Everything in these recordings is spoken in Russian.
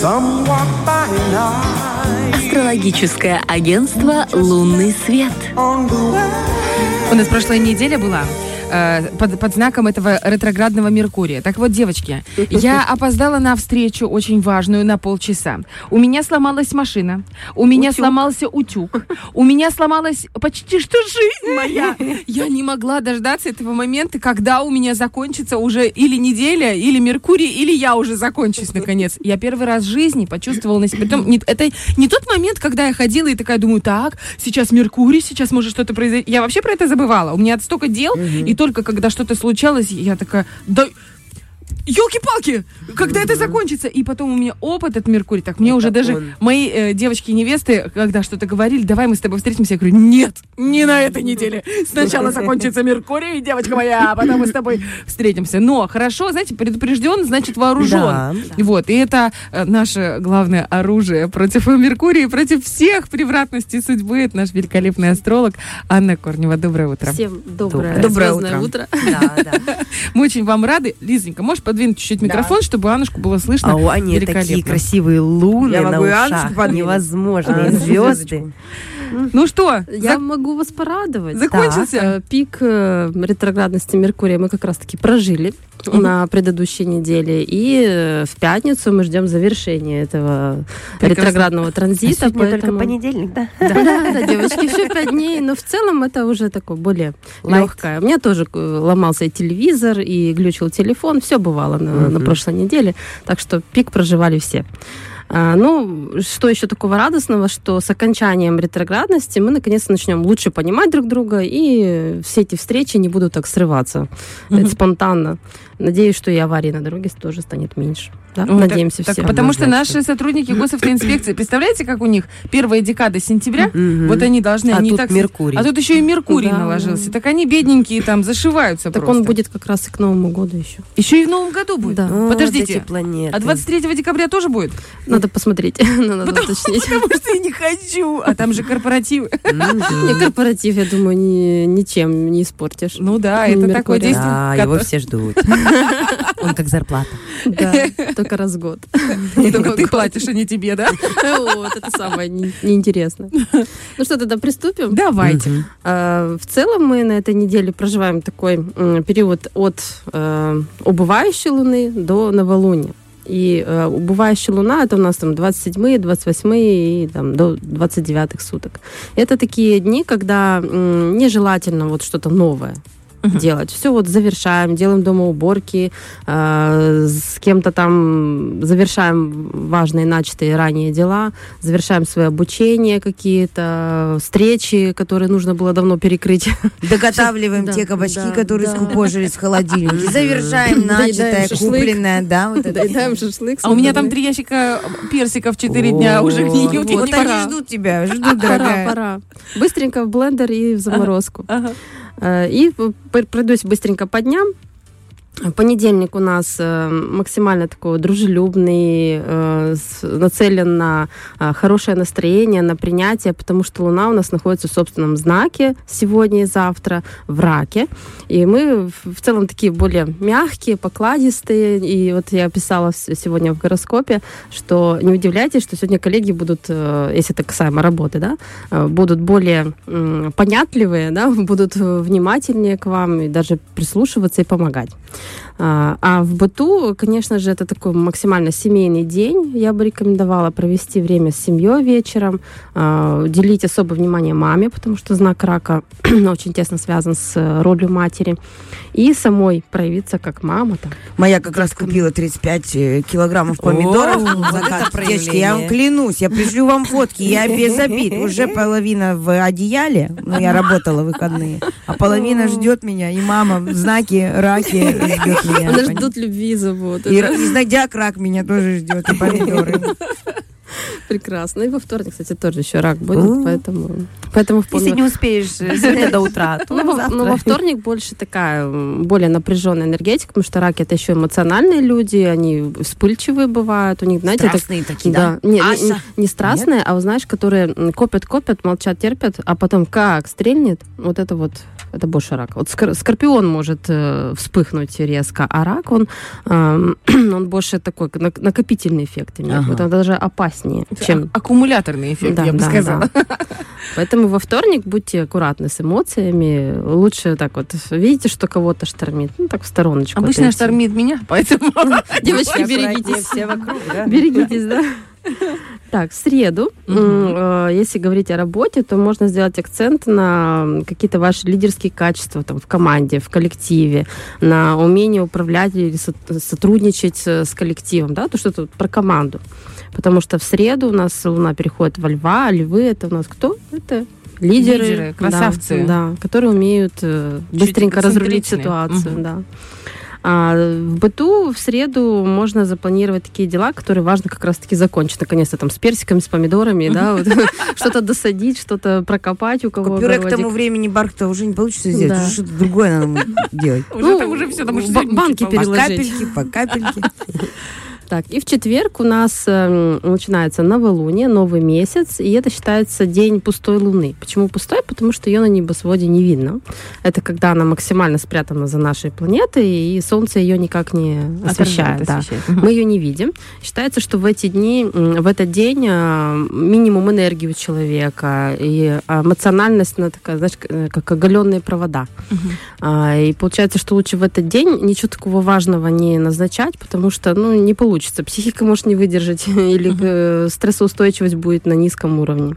Астрологическое агентство «Лунный свет». У нас прошлая неделя была под знаком этого ретроградного Меркурия. Так вот, девочки, я опоздала на встречу очень важную на полчаса. У меня сломалась машина, у меня сломался утюг, у меня сломалась почти что жизнь моя. Я не могла дождаться этого момента, когда у меня закончится уже или неделя, или Меркурий, или я уже закончусь наконец. Я первый раз в жизни почувствовала на себе. Притом, это не тот момент, когда я ходила и такая думаю, так, сейчас Меркурий, сейчас может что-то произойти. Я вообще про это забывала. У меня столько дел, и только когда что-то случалось, я такая, да, елки-палки, когда это закончится? И потом у меня опыт от Меркурия. Так, мне это уже даже мои девочки-невесты, когда что-то говорили, давай мы с тобой встретимся, я говорю, нет, не на этой неделе. Сначала закончится Меркурий, девочка моя, а потом мы с тобой встретимся. Но хорошо, знаете, предупрежден, значит вооружен. Да. Вот, и это наше главное оружие против Меркурия, против всех превратностей судьбы. Это наш великолепный астролог Анна Корнева. Доброе утро. Всем доброе утро. Да. Мы очень вам рады. Лизонька, можешь подвинуть чуть-чуть микрофон, чтобы Аннушку было слышно? А они такие красивые луны на ушах, невозможные звезды. Ну что? Я могу вас порадовать. Закончился? Пик ретроградности Меркурия мы как раз-таки прожили на предыдущей неделе. И в пятницу мы ждем завершения этого ретроградного транзита. Только понедельник, да? Да, девочки, еще 5 дней. Но в целом это уже такое более легкое. У меня тоже ломался и телевизор, и глючил телефон. Все бывало на прошлой неделе. Так что пик проживали все. Ну, что еще такого радостного, что с окончанием ретроградности мы наконец-то начнем лучше понимать друг друга, и все эти встречи не будут так срываться спонтанно. Надеюсь, что и аварий на дороге тоже станет меньше. Да? Надеемся все. Потому что наши сотрудники госавтоинспекции, представляете, как у них первая декада сентября, вот они должны... А они тут так, Меркурий. А тут еще и Меркурий наложился. Так они бедненькие там зашиваются так просто. Он будет как раз и к Новому году еще. Еще и в Новом году будет? Да. Подождите, а 23 декабря тоже будет? Надо посмотреть, надо уточнить. Потому что я не хочу. А там же корпоратив. Не корпоратив, я думаю, ничем не испортишь. Ну да, это такое действие. Да, его все ждут. Он как зарплата. Да, только раз в год. И только ты платишь, а не тебе, да? Вот, это самое неинтересное. Ну что, тогда приступим? Давайте. В целом мы на этой неделе проживаем такой период от убывающей луны до новолуния. И убывающая луна, это у нас там 27-е, 28-е и там, до 29-х суток. Это такие дни, когда нежелательно вот что-то новое делать. Все вот завершаем, делаем дома уборки, с кем-то там завершаем важные начатые ранее дела, завершаем свое обучение какие-то, встречи, которые нужно было давно перекрыть. Доготавливаем те кабачки, которые скукожились в холодильнике. Завершаем начатое, купленное. Доедаем шашлык. А у меня там 3 ящика персиков 4 дня уже гниют. Вот они ждут тебя, дорогая. Пора. Быстренько в блендер и в заморозку. И пройдусь быстренько по дням. Понедельник у нас максимально такой дружелюбный, нацелен на хорошее настроение, на принятие, потому что Луна у нас находится в собственном знаке сегодня и завтра, в Раке. И мы в целом такие более мягкие, покладистые. И вот я писала сегодня в гороскопе, что не удивляйтесь, что сегодня коллеги будут, если это касаемо работы, да, будут более понятливые, да, будут внимательнее к вам и даже прислушиваться и помогать. А в быту, конечно же, это такой максимально семейный день. Я бы рекомендовала провести время с семьей вечером, уделить особое внимание маме, потому что знак рака очень тесно связан с ролью матери, и самой проявиться как мама. Там. Моя как раз купила 35 килограммов помидоров. Девочки, я вам клянусь, я пришлю вам фотки, я без обид. Уже половина в одеяле, я работала в выходные, а половина ждет меня, и мама в знаке раки ждет меня. Она ждут любви и заботы. И зодиак рак меня тоже ждет, и помидоры. Прекрасно. И во вторник, кстати, тоже еще рак будет, поэтому вполне... Если не успеешь сегодня до утра, то завтра. Но во вторник больше такая, более напряженная энергетика, потому что раки — это еще эмоциональные люди, они вспыльчивые бывают, у них, знаете... Страстные такие, да? Не страстные, а, знаешь, которые копят, молчат, терпят, а потом как стрельнет, вот это больше рак. Вот скорпион может вспыхнуть резко, а рак, он больше такой накопительный эффект имеет. Это даже опаснее, чем... Аккумуляторный эффект, я бы сказала. Да. Поэтому во вторник будьте аккуратны с эмоциями. Лучше так вот, видите, что кого-то штормит, так в стороночку. Обычно штормит меня, поэтому... Девочки, берегитесь. Все вокруг, да? Берегитесь, да. Так, в среду, если говорить о работе, то можно сделать акцент на какие-то ваши лидерские качества там, в команде, в коллективе, на умение управлять или сотрудничать с коллективом, да, то что тут про команду. Потому что в среду у нас Луна переходит во Льва, а Львы — это у нас кто? Это лидеры, красавцы. Да, которые умеют быстренько разрулить ситуацию, да. А в быту в среду можно запланировать такие дела, которые важно как раз-таки закончить. Наконец-то там с персиками, с помидорами, да, вот, что-то досадить, что-то прокопать у кого. Пюре к тому времени барк-то уже не получится сделать, уже что-то другое надо делать. Уже все, потому что банки переложить. По капельке. Так, и в четверг у нас начинается новолуние, новый месяц, и это считается день пустой луны. Почему пустой? Потому что ее на небосводе не видно. Это когда она максимально спрятана за нашей планетой, и Солнце ее никак не освещает. Да. Мы ее не видим. Считается, что в эти дни, в этот день минимум энергии у человека, и эмоциональность, она такая, знаешь, как оголенные провода. И получается, что лучше в этот день ничего такого важного не назначать, потому что, не получится. Психика может не выдержать, или стрессоустойчивость будет на низком уровне.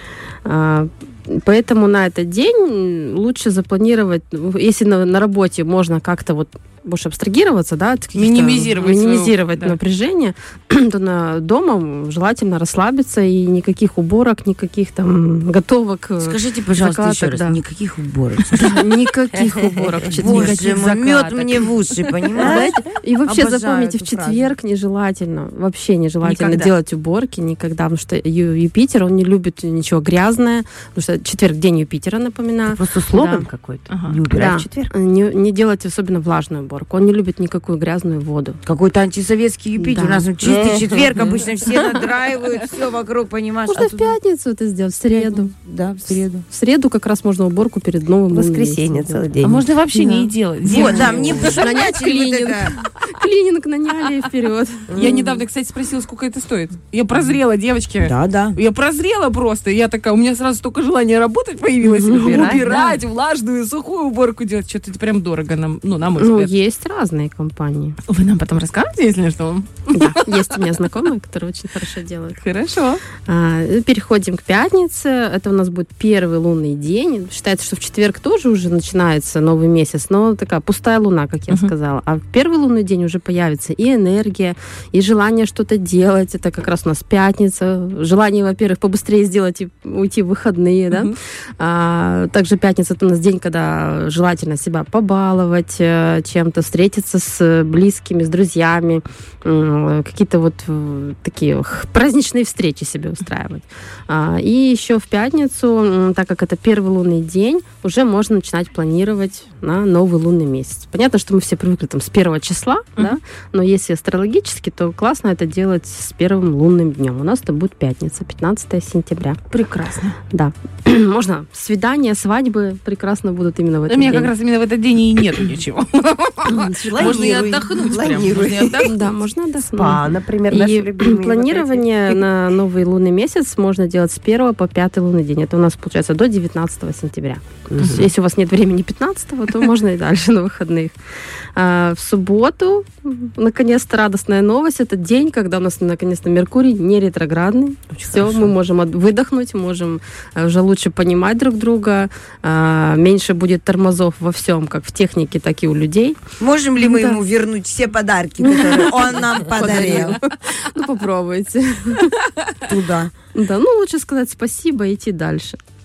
Поэтому на этот день лучше запланировать, если на работе можно как-то вот больше абстрагироваться, да, минимизировать напряжение, то дома желательно расслабиться, и никаких уборок, никаких там готовок. Скажите, пожалуйста, еще раз, никаких уборок. Никаких уборок. Боже мой, мед мне в уши, понимаете? И вообще запомните, в четверг нежелательно, вообще нежелательно делать уборки никогда, потому что Юпитер, он не любит ничего грязное, потому что четверг день Юпитера, напоминаю. Просто слоган какой-то. Не убирай в четверг. Не делать особенно влажную уборку. Он не любит никакую грязную воду. Какой-то антисоветский Юпитер. У нас чистый четверг, обычно все надраивают, все вокруг, понимаешь? Можно в пятницу это сделать, в среду. Да, в среду. В среду как раз можно уборку перед новым лунным месяцем. Воскресенье целый день. А можно вообще не делать. Вот, да, мне нанять клининг. Клининг наняли вперед. Я недавно, кстати, спросила, сколько это стоит. Я прозрела, девочки. Да. Я прозрела просто. Я такая, у меня сразу столько желания работать появилось. Убирать, влажную, сухую уборку делать. Что-то это прям дорого нам, на мой взгляд. Есть разные компании. Вы нам потом расскажете, если что? Да, есть у меня знакомые, которые очень хорошо делают. Хорошо. Переходим к пятнице. Это у нас будет первый лунный день. Считается, что в четверг тоже уже начинается новый месяц, но такая пустая луна, как я сказала. А в первый лунный день уже появится и энергия, и желание что-то делать. Это как раз у нас пятница. Желание, во-первых, побыстрее сделать и уйти в выходные, да. Также пятница — это у нас день, когда желательно себя побаловать чем-то, встретиться с близкими, с друзьями, какие-то вот такие праздничные встречи себе устраивать. И еще в пятницу, так как это первый лунный день, уже можно начинать планировать на новый лунный месяц. Понятно, что мы все привыкли там с 1 числа, да, но если астрологически, то классно это делать с первым лунным днем. У нас это будет пятница, 15 сентября. Прекрасно. Да. Можно свидания, свадьбы прекрасно будут именно в этот день. У меня как раз именно в этот день и нету ничего. Можно и отдохнуть прям. Да, можно отдохнуть. Спа, например, и планирование на новый лунный месяц можно делать с 1 по 5 лунный день. Это у нас получается до 19 сентября. То есть, если у вас нет времени 15-го, то можно и дальше на выходных. В субботу, наконец-то, радостная новость. Это день, когда у нас, наконец-то, Меркурий не ретроградный. Все, мы можем выдохнуть, можем уже лучше понимать друг друга. Меньше будет тормозов во всем, как в технике, так и у людей. Можем ли мы ему вернуть все подарки, которые он нам подарил? Попробуйте. Туда. Да, лучше сказать спасибо и идти дальше.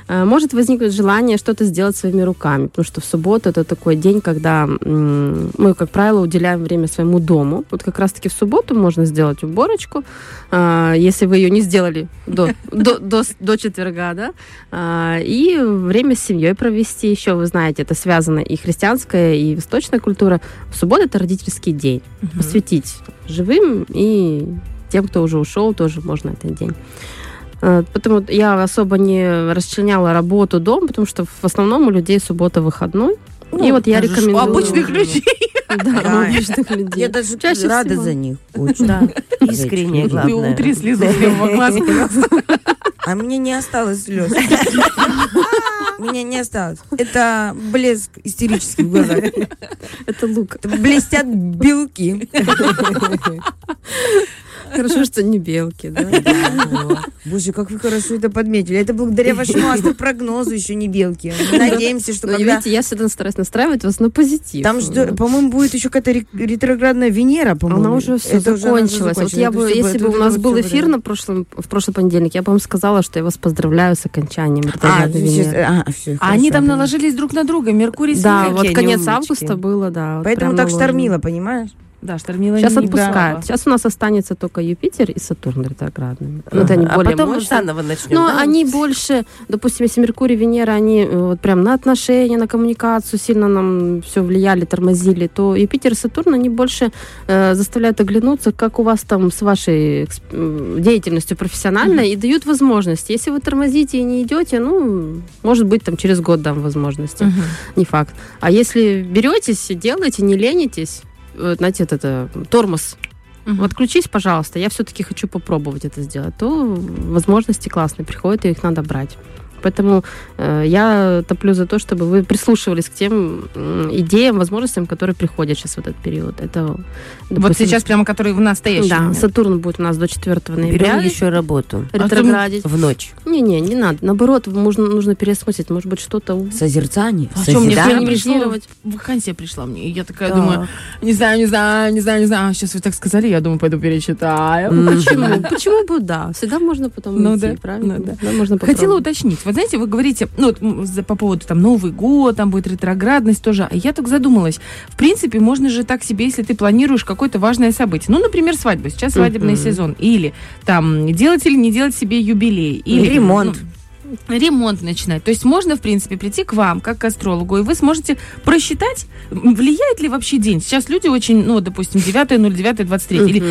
может возникнуть желание что-то сделать своими руками, потому что в субботу это такой день, когда мы, как правило, уделяем время своему дому. Вот как раз-таки в субботу можно сделать уборочку, если вы ее не сделали до четверга, да, и время с семьей провести. Еще, вы знаете, это связано и христианская, и восточная культура. В субботу это родительский день. Посвятить живым и тем, кто уже ушел, тоже можно этот день. Потому я особо не расчленяла работу, дом, потому что в основном у людей суббота выходной. И вот я рекомендую... У обычных людей. Да, у обычных людей. Я даже рада за них. Очень. Да, искренне, главное. Утри слезу с левого глаза. А мне не осталось слез. Меня не осталось. Это блеск истерический в глазах. Это лук. Это блестят белки. Хорошо, что не белки, да? Боже, как вы хорошо это подметили. Это благодаря вашему астропрогнозу еще не белки. Мы надеемся, что когда... Видите, я всегда стараюсь настраивать вас на позитив. Там, по-моему, будет еще какая-то ретроградная Венера, по-моему. Она уже все закончилась. Вот я бы, если бы у нас был эфир в прошлый понедельник, я бы вам сказала, что я вас поздравляю с окончанием ретроградной Венеры. А они там наложились друг на друга. Меркурий с Да, вот конец августа было, да. Поэтому так штормило, понимаешь? Да, штормила. Сейчас отпускают. Сейчас у нас останется только Юпитер и Сатурн ретроградными. Вот они более потом мощные. заново начнем. Но да? они больше, допустим, если Меркурий, Венера, они вот прям на отношения, на коммуникацию сильно нам все влияли, тормозили, то Юпитер и Сатурн, они больше заставляют оглянуться, как у вас там с вашей деятельностью профессиональной, и дают возможности. Если вы тормозите и не идете, ну, может быть, там через год дам возможности. Не факт. А если беретесь, делаете, не ленитесь, знаете, это тормоз. Отключись, пожалуйста, я все-таки хочу попробовать это сделать, то возможности классные приходят, и их надо брать. Поэтому я топлю за то, чтобы вы прислушивались к тем идеям, возможностям, которые приходят сейчас в этот период. Это, допустим, вот сейчас прямо, который в настоящий да, момент. Сатурн будет у нас до 4 ноября. Берем еще работу. Ретроградить. В ночь. Не надо. Наоборот, нужно переосмыслить. Может быть, что-то... Созерцание. А что, мне минимизировать. Вакансия пришла мне. И я такая думаю, не знаю. Сейчас вы так сказали, я думаю, пойду перечитаю. Почему бы да? Всегда можно потом уйти, правильно? Да, можно попробовать. Хотела уточнить. Вот знаете, вы говорите, ну, по поводу там Новый год, там будет ретроградность тоже. А я так задумалась. В принципе, можно же так себе, если ты планируешь какое-то важное событие. Ну, например, свадьба. Сейчас свадебный сезон. Или там делать или не делать себе юбилей. Или ремонт. Ремонт начинать. То есть можно, в принципе, прийти к вам, как к астрологу, и вы сможете просчитать, влияет ли вообще день. Сейчас люди очень, ну, допустим, 9.09.23 или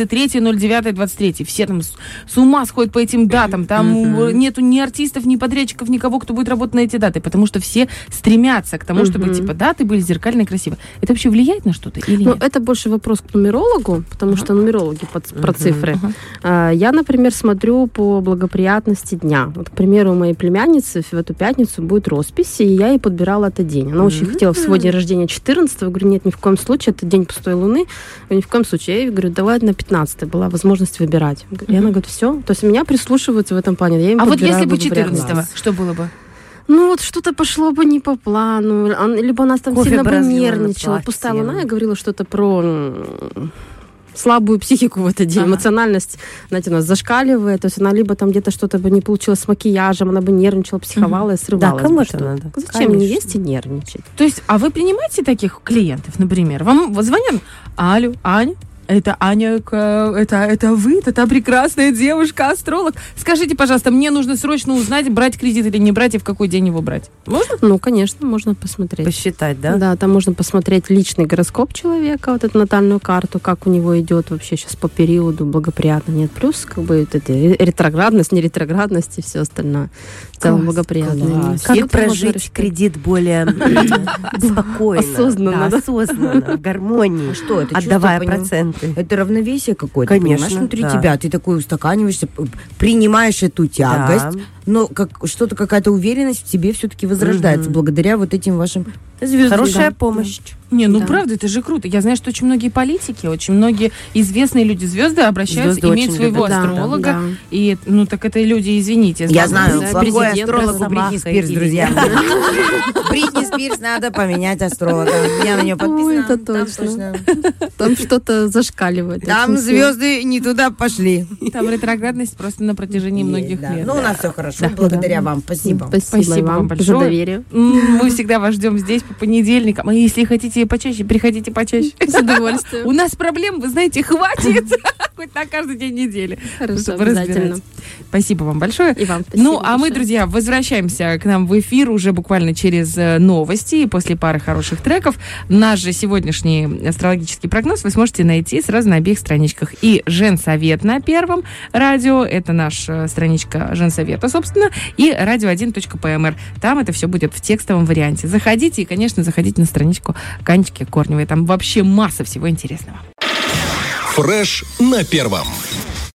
23.09.23. Все там с ума сходят по этим датам. Там нету ни артистов, ни подрядчиков, никого, кто будет работать на эти даты. Потому что все стремятся к тому, чтобы, типа, даты были зеркально и красиво. Это вообще влияет на что-то или нет? Это больше вопрос к нумерологу, потому что нумерологи про цифры. Я, например, смотрю по благоприятности дня. Вот, к примеру, у моей племянницы в эту пятницу будет роспись, и я ей подбирала этот день. Она очень хотела в свой день рождения 14-го. Я говорю, нет, ни в коем случае, это день пустой луны. Ни в коем случае. Я ей говорю, давай на 15-й. Была возможность выбирать. И она говорит, все. То есть меня прислушиваются в этом плане. Я им вот если бы благоприятность. 14-го, что было бы? Ну, вот что-то пошло бы не по плану. Либо она там Кофе сильно бы бразила нервничала. на Пустая платье. луна, я говорила что-то про слабую психику в этот день. Эмоциональность, знаете, у нас зашкаливает. То есть она либо там где-то что-то бы не получилось с макияжем, она бы нервничала, психовала и срывалась. Да, кому бы это что-то. надо? Зачем Конечно. не есть и нервничать? То есть, а вы принимаете таких клиентов, например? Вам звонят, алло, Аня, это Аня, это вы, это та прекрасная девушка, астролог. Скажите, пожалуйста, мне нужно срочно узнать, брать кредит или не брать, и в какой день его брать. Можно? Ну, конечно, можно посмотреть. Посчитать, да? Да, там можно посмотреть личный гороскоп человека, вот эту натальную карту, как у него идет вообще сейчас по периоду, благоприятно, нет. Плюс, как бы, вот это ретроградность, не ретроградность и все остальное. В целом благоприятно. Как прожить кредит более спокойно, осознанно, да? осознанно, в гармонии, Что это? отдавая чувство, проценты. Это равновесие какое-то, Конечно, понимаешь, внутри да. тебя. Ты такой устаканиваешься, принимаешь эту тягость, но какая-то уверенность в тебе все-таки возрождается благодаря вот этим вашим звездам. Хорошая помощь. Не, ну Да. правда, это же круто. Я знаю, что очень многие политики, очень многие известные люди, звезды обращаются, Звезды имеют очень своего любят, да, астролога. да. И, ну, так это люди, извините. Я знаю, Да, плохой президент астролог у Росомаха Бритни Спирс, или друзья. Бритни Спирс надо поменять астролога. Я на нее подписана. Ой, это Там точно. Там что-то зашкаливает. Там очень сильно. звезды не туда пошли. Там ретроградность просто на протяжении многих Да. лет. Ну, у нас все хорошо. Благодаря вам. Спасибо. Спасибо вам вам большое. за доверие. Мы всегда вас ждем здесь по понедельникам. А если хотите почаще, приходите почаще. С удовольствием. У нас проблем, вы знаете, хватит. Хоть на каждый день недели. Хорошо, Чтобы обязательно. разбирать. Спасибо вам большое. И вам спасибо Ну, а мы, большое. друзья, возвращаемся к нам в эфир уже буквально через новости и после пары хороших треков. Наш же сегодняшний астрологический прогноз вы сможете найти сразу на обеих страничках. И Женсовет на Первом радио, это наша страничка Женсовета, собственно, и radio1.pmr. Там это все будет в текстовом варианте. Заходите и, конечно, заходите на страничку Канечки Корневой. Там вообще масса всего интересного. Фреш на Первом.